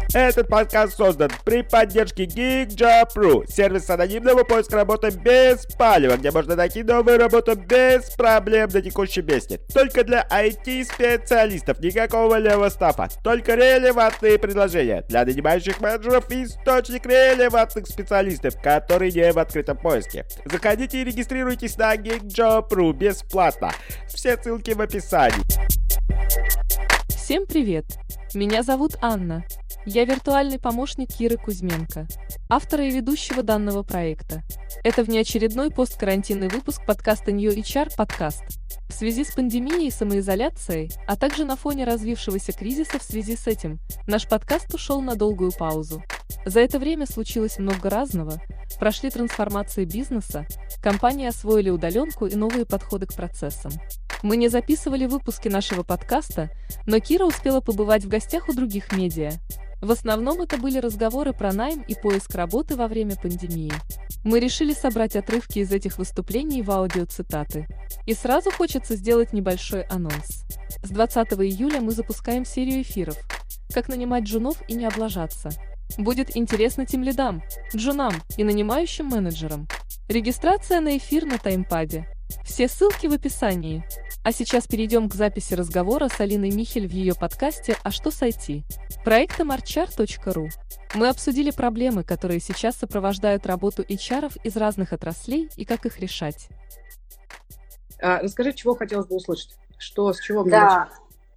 Этот подкаст создан при поддержке GeekJob.ru, сервис анонимного поиска работы без палева, где можно найти новую работу без проблем на текущем месте. Только для IT-специалистов, никакого левого стафа, только релевантные предложения для нанимающих менеджеров и источник релевантных специалистов, которые не в открытом поиске. Заходите и регистрируйтесь на GeekJob.ru бесплатно. Все ссылки в описании. Всем привет! Меня зовут Анна. Я виртуальный помощник Киры Кузьменко, автора и ведущего данного проекта. Это внеочередной посткарантинный выпуск подкаста New HR Podcast. В связи с пандемией и самоизоляцией, а также на фоне развившегося кризиса в связи с этим, наш подкаст ушел на долгую паузу. За это время случилось много разного, прошли трансформации бизнеса, компании освоили удаленку и новые подходы к процессам. Мы не записывали выпуски нашего подкаста, но Кира успела побывать в гостях у других медиа. В основном это были разговоры про найм и поиск работы во время пандемии. Мы решили собрать отрывки из этих выступлений в аудиоцитаты. И сразу хочется сделать небольшой анонс. С 20 июля мы запускаем серию эфиров «Как нанимать джунов и не облажаться». Будет интересно тимлидам, джунам и нанимающим менеджерам. Регистрация на эфир на таймпаде. Все ссылки в описании. А сейчас перейдем к записи разговора с Алиной Михель в ее подкасте «А что с IT?» проектом HR.ru. Мы обсудили проблемы, которые сейчас сопровождают работу HR-ов из разных отраслей и как их решать. Расскажи, чего хотелось бы услышать? С чего мы начнем?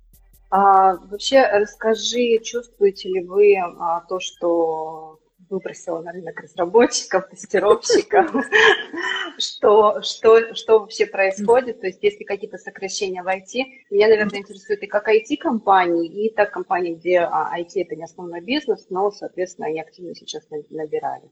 Вообще, расскажи, чувствуете ли вы то, что выбросила на рынок разработчиков, тестировщиков, что вообще происходит, то есть есть ли какие-то сокращения в IT. Меня, наверное, интересует и как IT-компании, и так компании, где IT это не основной бизнес, но, соответственно, они активно сейчас набирали.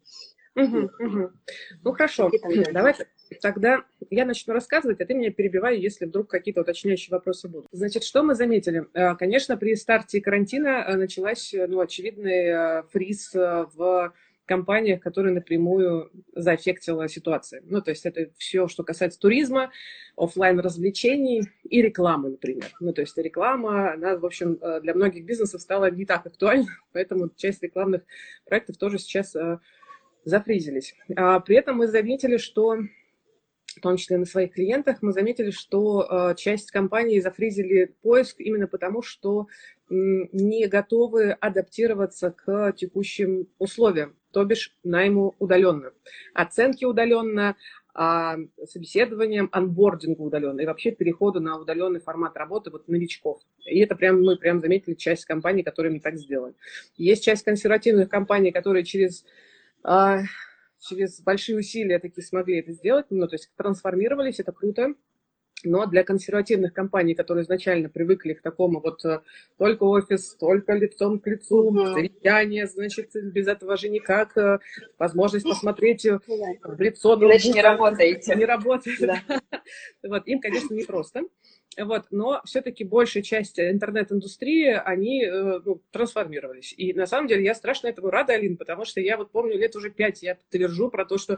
Ну хорошо, давай тогда я начну рассказывать, а ты меня перебивай, если вдруг какие-то уточняющие вопросы будут. Значит, что мы заметили? Конечно, при старте карантина началась очевидный фриз в компаниях, которые напрямую заэффектила ситуация. То есть это все, что касается туризма, офлайн развлечений и рекламы, например. То есть реклама, она, в общем, для многих бизнесов стала не так актуальна, поэтому часть рекламных проектов тоже сейчас зафризились. При этом мы заметили, что, в том числе на своих клиентах, мы заметили, что часть компаний зафризили поиск именно потому, что не готовы адаптироваться к текущим условиям, то бишь найму удаленно, оценки удаленно, собеседованием, анбордингу удаленно и вообще переходу на удаленный формат работы новичков. И это мы заметили часть компаний, которые не так сделали. Есть часть консервативных компаний, которые через большие усилия таки смогли это сделать, то есть трансформировались, это круто. Но для консервативных компаний, которые изначально привыкли к такому только офис, только лицом к лицу, совещание, значит, без этого же никак, возможность посмотреть в лицо. Иначе не работаете. Не работает. Да. Им, конечно, непросто. Но все-таки большая часть интернет-индустрии, они трансформировались. И на самом деле я страшно этому рада, Алин, потому что я помню лет уже 5, я твержу про то, что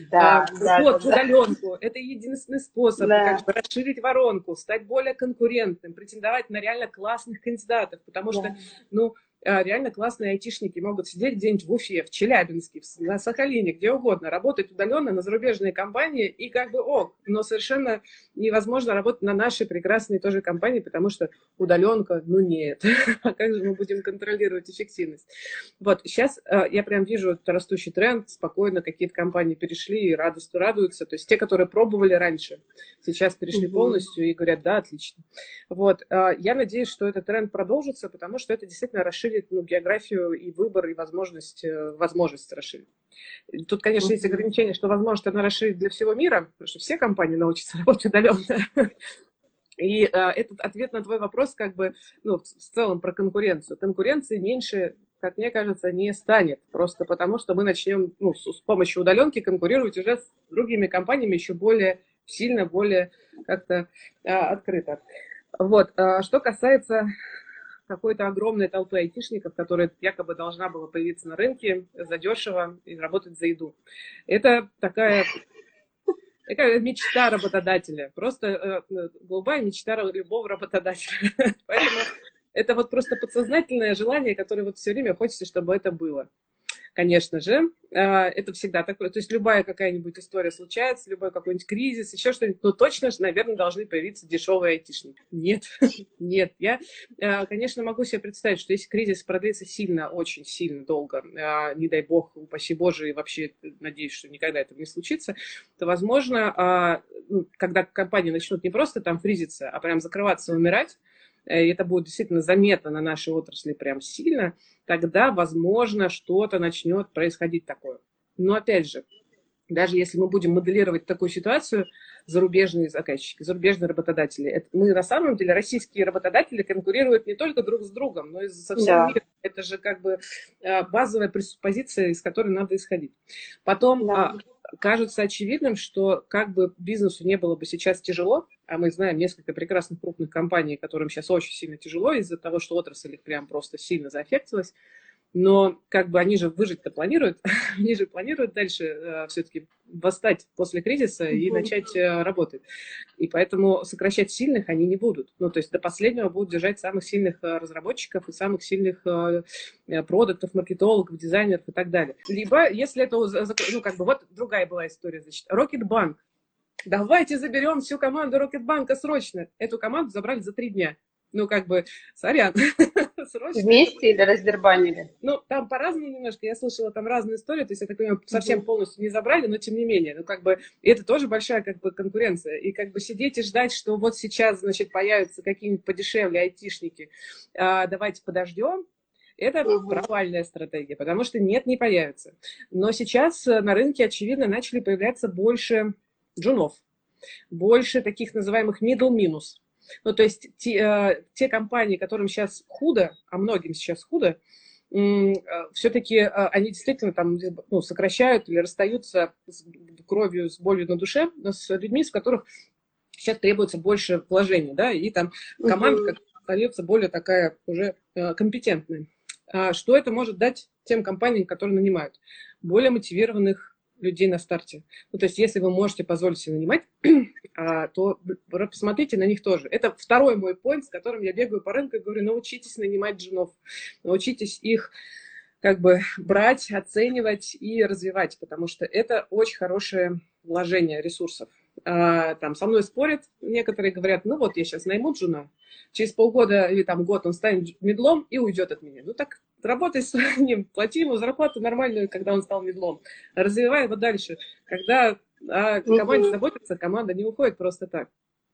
удаленку – это единственный способ расширить воронку, стать более конкурентным, претендовать на реально классных кандидатов, потому что, реально классные айтишники могут сидеть где-нибудь в Уфе, в Челябинске, на Сахалине, где угодно, работать удаленно на зарубежные компании и но совершенно невозможно работать на нашей прекрасной тоже компании, потому что удаленка, нет. А как же мы будем контролировать эффективность? Сейчас я прям вижу растущий тренд, спокойно какие-то компании перешли и радуются, то есть те, которые пробовали раньше, сейчас перешли полностью и говорят, да, отлично. Я надеюсь, что этот тренд продолжится, потому что это действительно расширит географию и выбор, и возможность расширить. Тут, конечно, есть ограничение, что возможность она расширить для всего мира, потому что все компании научатся работать удаленно. И этот ответ на твой вопрос в целом про конкуренцию. Конкуренции меньше, как мне кажется, не станет, просто потому что мы начнем с помощью удаленки конкурировать уже с другими компаниями еще более сильно, более как-то открыто. Что касается какой-то огромной толпы айтишников, которая якобы должна была появиться на рынке задешево и работать за еду. Это такая мечта работодателя, просто голубая мечта любого работодателя. Поэтому Это вот просто подсознательное желание, которое вот все время хочется, чтобы это было. Конечно же, это всегда такое. То есть любая какая-нибудь история случается, любой какой-нибудь кризис, еще что-нибудь, ну точно же, наверное, должны появиться дешевые айтишники. Нет, нет. Я, конечно, могу себе представить, что если кризис продлится сильно, очень сильно долго, не дай бог, упаси Боже, и вообще надеюсь, что никогда этого не случится, то, возможно, когда компании начнут не просто там фризиться, а прям закрываться и умирать, и это будет действительно заметно на нашей отрасли прям сильно, тогда, возможно, что-то начнет происходить такое. Но, опять же, даже если мы будем моделировать такую ситуацию, зарубежные заказчики, зарубежные работодатели, мы на самом деле, российские работодатели конкурируют не только друг с другом, но и со всем миром. Это же как бы базовая пресуппозиция, из которой надо исходить. Потом кажется очевидным, что как бы бизнесу не было бы сейчас тяжело, а мы знаем несколько прекрасных крупных компаний, которым сейчас очень сильно тяжело из-за того, что отрасль их прям просто сильно заэффектилась, но как бы они же выжить-то планируют, они же планируют дальше все-таки восстать после кризиса и начать работать. И поэтому сокращать сильных они не будут. Ну, то есть до последнего будут держать самых сильных разработчиков и самых сильных продуктов, маркетологов, дизайнеров и так далее. Либо, если это, ну, как бы, вот другая была история, значит, Рокетбанк. Давайте заберем всю команду Рокетбанка срочно. Эту команду забрали за 3 дня. Ну, как бы, сорян. Срочно. Вместе или раздербанили? Ну, там по-разному немножко. Я слышала там разные истории. То есть, я так понимаю, совсем полностью не забрали, но тем не менее. Ну, как бы, это тоже большая, как бы, конкуренция. И, как бы, сидеть и ждать, что вот сейчас, значит, появятся какие-нибудь подешевле айтишники. Давайте подождем. Это провальная стратегия, потому что нет, не появится. Но сейчас на рынке, очевидно, начали появляться больше джунов. Больше таких называемых middle minus. Ну, то есть те компании, которым сейчас худо, а многим сейчас худо, все-таки они действительно там, ну, сокращают или расстаются с кровью, с болью на душе, с людьми, с которых сейчас требуется больше вложений, да, и там команда остается более такая уже компетентная. Что это может дать тем компаниям, которые нанимают? Более мотивированных людей на старте. Ну, то есть, если вы можете позволить себе нанимать, то посмотрите на них тоже. Это второй мой поинт, с которым я бегаю по рынку и говорю, научитесь нанимать джунов, научитесь их как бы брать, оценивать и развивать, потому что это очень хорошее вложение ресурсов. Там со мной спорят, некоторые говорят, ну вот я сейчас найму джуна, через полгода или там год он станет медлом и уйдет от меня. Ну так работай с ним, плати ему зарплату нормальную, когда он стал медлом, развивай его дальше. Когда о команде заботится, команда не уходит просто так.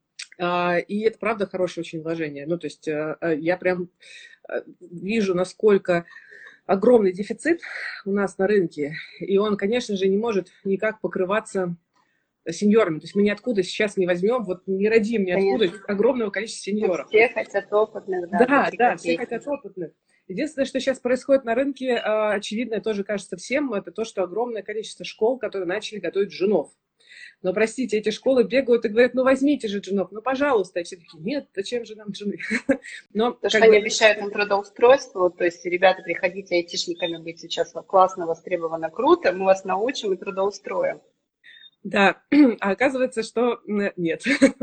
И это правда хорошее очень вложение. Ну то есть я прям вижу, насколько огромный дефицит у нас на рынке, и он, конечно же, не может никак покрываться сеньорами. То есть мы ниоткуда сейчас не возьмем, вот не родим ниоткуда огромного количества сеньоров. Все хотят опытных, да. Да, все хотят опытных. Единственное, что сейчас происходит на рынке, очевидно, тоже кажется всем, это то, что огромное количество школ, которые начали готовить джунов. Но, простите, эти школы бегают и говорят, ну возьмите же джунов, ну пожалуйста. И все такие, нет, зачем же нам джуны? Но, потому что они обещают им трудоустройство, то есть, ребята, приходите айтишниками быть сейчас классно, востребовано, круто, мы вас научим и трудоустроим. Да, а оказывается, что нет.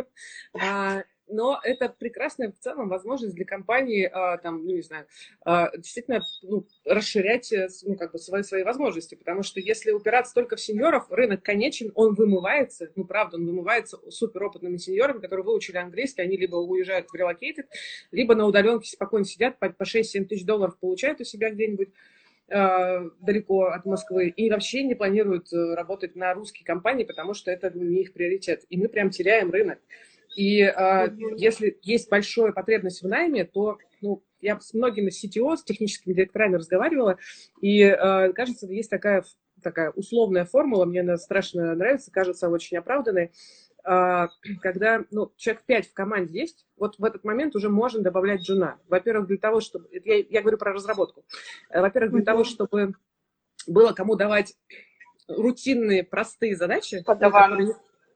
Но это прекрасная в целом возможность для компании, там, ну, не знаю, действительно, ну, расширять, ну, как бы свои возможности, потому что если упираться только в сеньоров, рынок конечен, он вымывается, ну, правда, он вымывается суперопытными сеньорами, которые выучили английский, они либо уезжают в relocated, либо на удаленке спокойно сидят, по 6-7 тысяч долларов получают у себя где-нибудь далеко от Москвы, и вообще не планируют работать на русские компании, потому что это не их приоритет, и мы прям теряем рынок. И если есть большая потребность в найме, то, ну, я с многими CTO, с техническими директорами разговаривала, и, кажется, есть такая условная формула, мне она страшно нравится, кажется, очень оправданной, когда, ну, человек 5 в команде есть, вот в этот момент уже можно добавлять джуна. Во-первых, для того, чтобы... Я говорю про разработку. Во-первых, для того, чтобы было кому давать рутинные, простые задачи,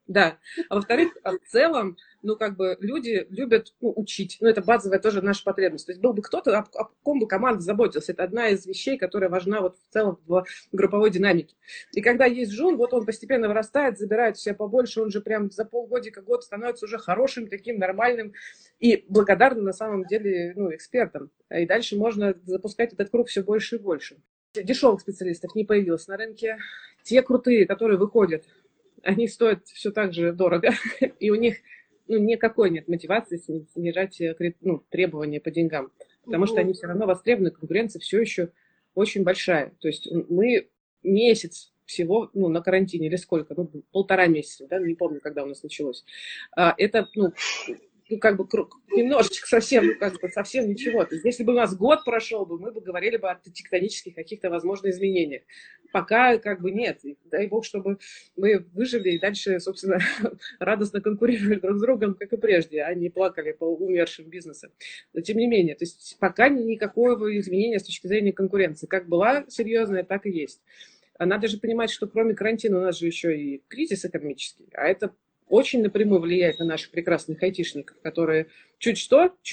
Да. А во-вторых, в целом, ну, как бы люди любят, ну, учить. Ну, это базовая тоже наша потребность. То есть был бы кто-то, о ком бы команда заботилась. Это одна из вещей, которая важна вот в целом в групповой динамике. И когда есть джун, вот он постепенно вырастает, забирает все побольше, он же прям за полгодика, год становится уже хорошим, таким нормальным и благодарным на самом деле, ну, экспертом. И дальше можно запускать этот круг все больше и больше. Дешевых специалистов не появилось на рынке. Те крутые, которые выходят, они стоят все так же дорого, и у них ну, никакой нет мотивации снижать ну, требования по деньгам, потому что они все равно востребованы, конкуренция все еще очень большая. То есть мы месяц всего ну, на карантине или сколько, ну, 1,5 месяца, да, не помню, когда у нас началось. Это, ну, как бы немножечко совсем, ну, как бы совсем ничего. То есть, если бы у нас год прошел бы, мы бы говорили бы о тектонических каких-то возможных изменениях. Пока как бы нет. И дай бог, чтобы мы выжили и дальше, собственно, радостно конкурировали друг с другом, как и прежде, а не плакали по умершим бизнесам. Но тем не менее, то есть пока никакого изменения с точки зрения конкуренции. Как была серьезная, так и есть. Надо же понимать, что кроме карантина у нас же еще и кризис экономический, а это очень напрямую влияет на наших прекрасных айтишников, которые чуть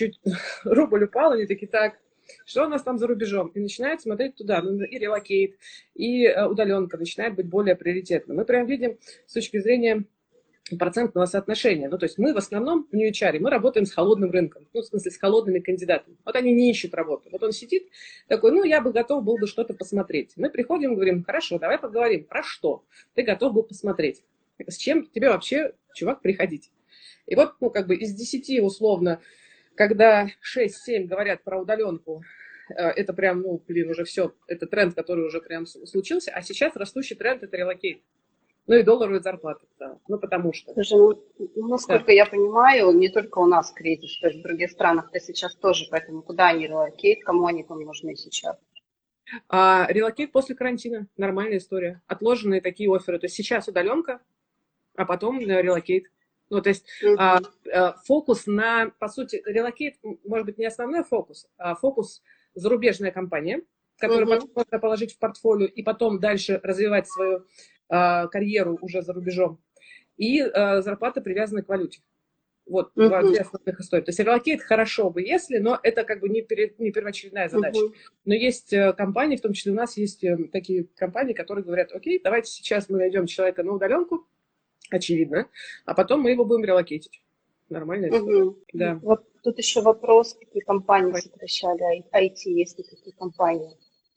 рубль упал, они такие, так, что у нас там за рубежом? И начинают смотреть туда, ну, и релокейт, и удаленка начинает быть более приоритетным. Мы прям видим с точки зрения процентного соотношения. Ну, то есть мы в основном в New HR, мы работаем с холодным рынком, ну, в смысле, с холодными кандидатами. Вот они не ищут работу. Вот он сидит такой, ну, я бы готов был бы что-то посмотреть. Мы приходим и говорим, хорошо, давай поговорим, про что ты готов был посмотреть? С чем тебе вообще, чувак, приходить? И вот, ну, как бы из 10 условно, когда 6-7 говорят про удаленку, это прям, ну, блин, уже все, это тренд, который уже прям случился, а сейчас растущий тренд – это релокейт. Ну и долларовые зарплаты, да. Ну, потому что. Слушай, ну, насколько я понимаю, не только у нас кризис, то есть в других странах-то сейчас тоже, поэтому куда они релокейт, кому они там нужны сейчас? Релокейт после карантина, нормальная история. Отложенные такие офферы. То есть сейчас удаленка, а потом релокейт. Ну, то есть фокус на, по сути, релокейт, может быть, не основной фокус, а фокус зарубежная компания, которую потом можно положить в портфолио и потом дальше развивать свою карьеру уже за рубежом. И зарплата привязана к валюте. Вот две основных истории. То есть релокейт хорошо бы, если, но это как бы не первоочередная задача. Но есть компании, в том числе у нас есть такие компании, которые говорят, окей, давайте сейчас мы найдем человека на удаленку, очевидно, а потом мы его будем релокейтить. Нормально? Да. Вот тут еще вопрос, какие компании сокращали IT, есть ли такие компании?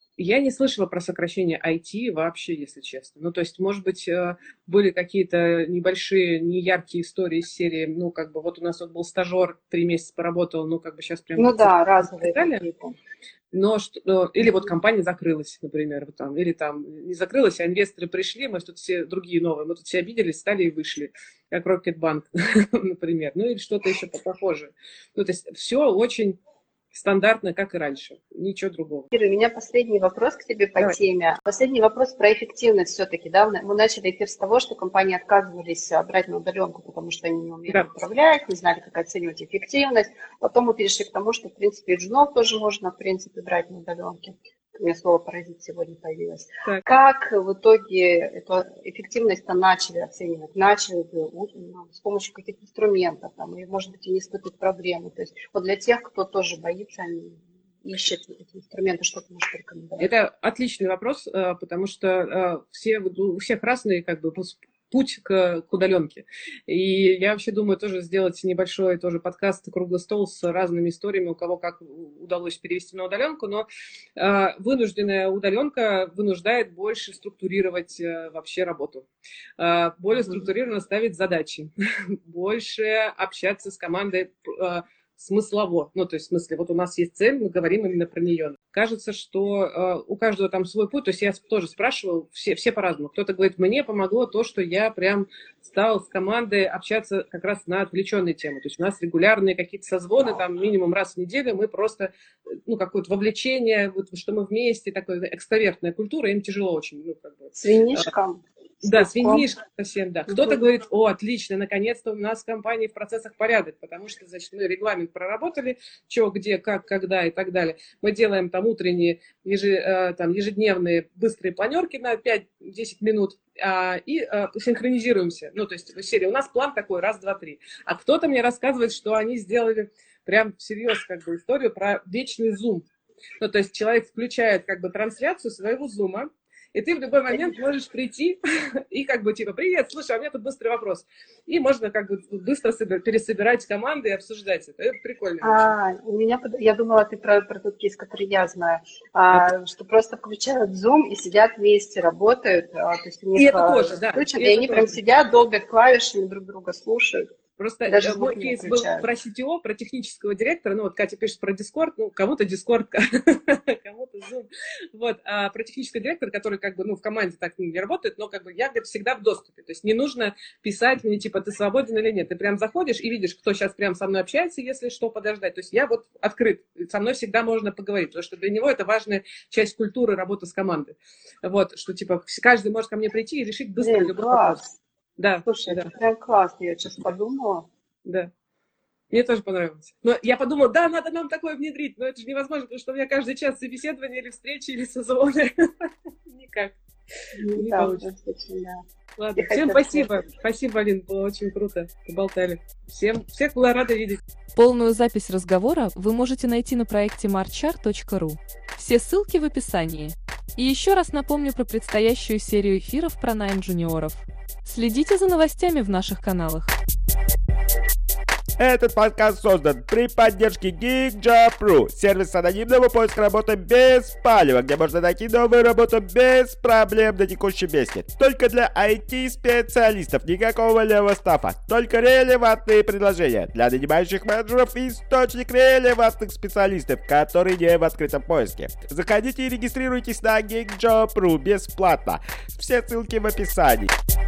Я не слышала про сокращение IT вообще, если честно. Ну, то есть, может быть, были какие-то небольшие, неяркие истории из серии, ну, как бы, вот у нас вот был стажер, 3 месяца поработал, ну, как бы сейчас прям... Ну, да, разные какие-то. Но, или вот компания закрылась, например, вот там, или там не закрылась, а инвесторы пришли, мы тут все другие новые, мы тут все обиделись, встали и вышли, как Рокетбанк, например, ну, или что-то еще похожее. Ну, то есть, все очень... стандартно, как и раньше. Ничего другого. Ира, у меня последний вопрос к тебе по теме. Последний вопрос про эффективность все-таки. Да? Мы начали эфир с того, что компании отказывались брать на удаленку, потому что они не умели управлять, не знали, как оценивать эффективность. Потом мы перешли к тому, что, в принципе, и джунов тоже можно, в принципе, брать на удаленке. У меня слово «паразит» сегодня появилось. Так. Как в итоге эту эффективность-то начали оценивать? Начали с помощью каких-то инструментов, там, и, может быть, и не испытывать проблемы. То есть вот для тех, кто тоже боится, они ищут эти инструменты, что ты можешь порекомендовать? Это отличный вопрос, потому что у всех разный как бы путь к удаленке. И я вообще думаю тоже сделать небольшой тоже подкаст, круглый стол с разными историями, у кого как удалось перевести на удаленку, но вынужденная удаленка вынуждает больше структурировать вообще работу, более структурированно ставить задачи, больше общаться с командой смыслово. Ну, то есть, в смысле, вот у нас есть цель, мы говорим именно про нее. Кажется, что у каждого там свой путь. То есть я тоже спрашивала, все по-разному. Кто-то говорит, мне помогло то, что я прям стал с командой общаться как раз на отвлеченные темы. То есть у нас регулярные какие-то созвоны, там минимум раз в неделю мы просто, ну, какое-то вовлечение, вот, что мы вместе, такая экстравертная культура, им тяжело очень. Ну, как бы. С винишком? Да, свинишка совсем, да. Кто-то говорит, о, отлично, наконец-то у нас в компании в процессах порядок, потому что, значит, мы регламент проработали, что, где, как, когда и так далее. Мы делаем там утренние, ежедневные быстрые планерки на 5-10 минут и синхронизируемся. Ну, то есть в серии у нас план такой, раз, два, три. А кто-то мне рассказывает, что они сделали прям всерьез как бы историю про вечный зум. Ну, то есть человек включает как бы трансляцию своего зума, и ты в любой момент можешь прийти и как бы типа, привет, слушай, у меня тут быстрый вопрос. И можно как бы быстро пересобирать команды и обсуждать это. Это прикольно. Я думала, ты про тот кейс, который я знаю, что просто включают Zoom и сидят вместе, работают. То есть у них и это тоже, да. Включат, и они прям сидят, долбят клавишами, друг друга слушают. Просто даже мой кейс был про CTO, про технического директора. Ну, вот Катя пишет про Discord, ну, кому-то Discord, кому-то Zoom. Вот, а про технического директора, который как бы, ну, в команде так не работает, но как бы я, говорит, всегда в доступе. То есть не нужно писать мне, типа, ты свободен или нет. Ты прям заходишь и видишь, кто сейчас прям со мной общается, если что, подождать. То есть я вот открыт. Со мной всегда можно поговорить, потому что для него это важная часть культуры работы с командой. Вот, что, типа, каждый может ко мне прийти и решить быстро любой вопрос. Да. Слушай, это прям классно, я сейчас подумала. Да. Мне тоже понравилось. Но я подумала, да, надо нам такое внедрить, но это же невозможно, потому что у меня каждый час собеседование или встречи, или созвоны. Никак. Не получится. Ладно, всем спасибо. Спасибо, Алин, было очень круто. Поболтали. Всех была рада видеть. Полную запись разговора вы можете найти на проекте marchar.ru. Все ссылки в описании. И еще раз напомню про предстоящую серию эфиров про найм джуниоров. Следите за новостями в наших каналах. Этот подкаст создан при поддержке GeekJob.ru, сервис анонимного поиска работы без палева, где можно найти новую работу без проблем на текущем месте. Только для IT-специалистов, никакого левого стафа, только релевантные предложения. Для нанимающих менеджеров источник релевантных специалистов, которые не в открытом поиске. Заходите и регистрируйтесь на GeekJob.ru бесплатно. Все ссылки в описании.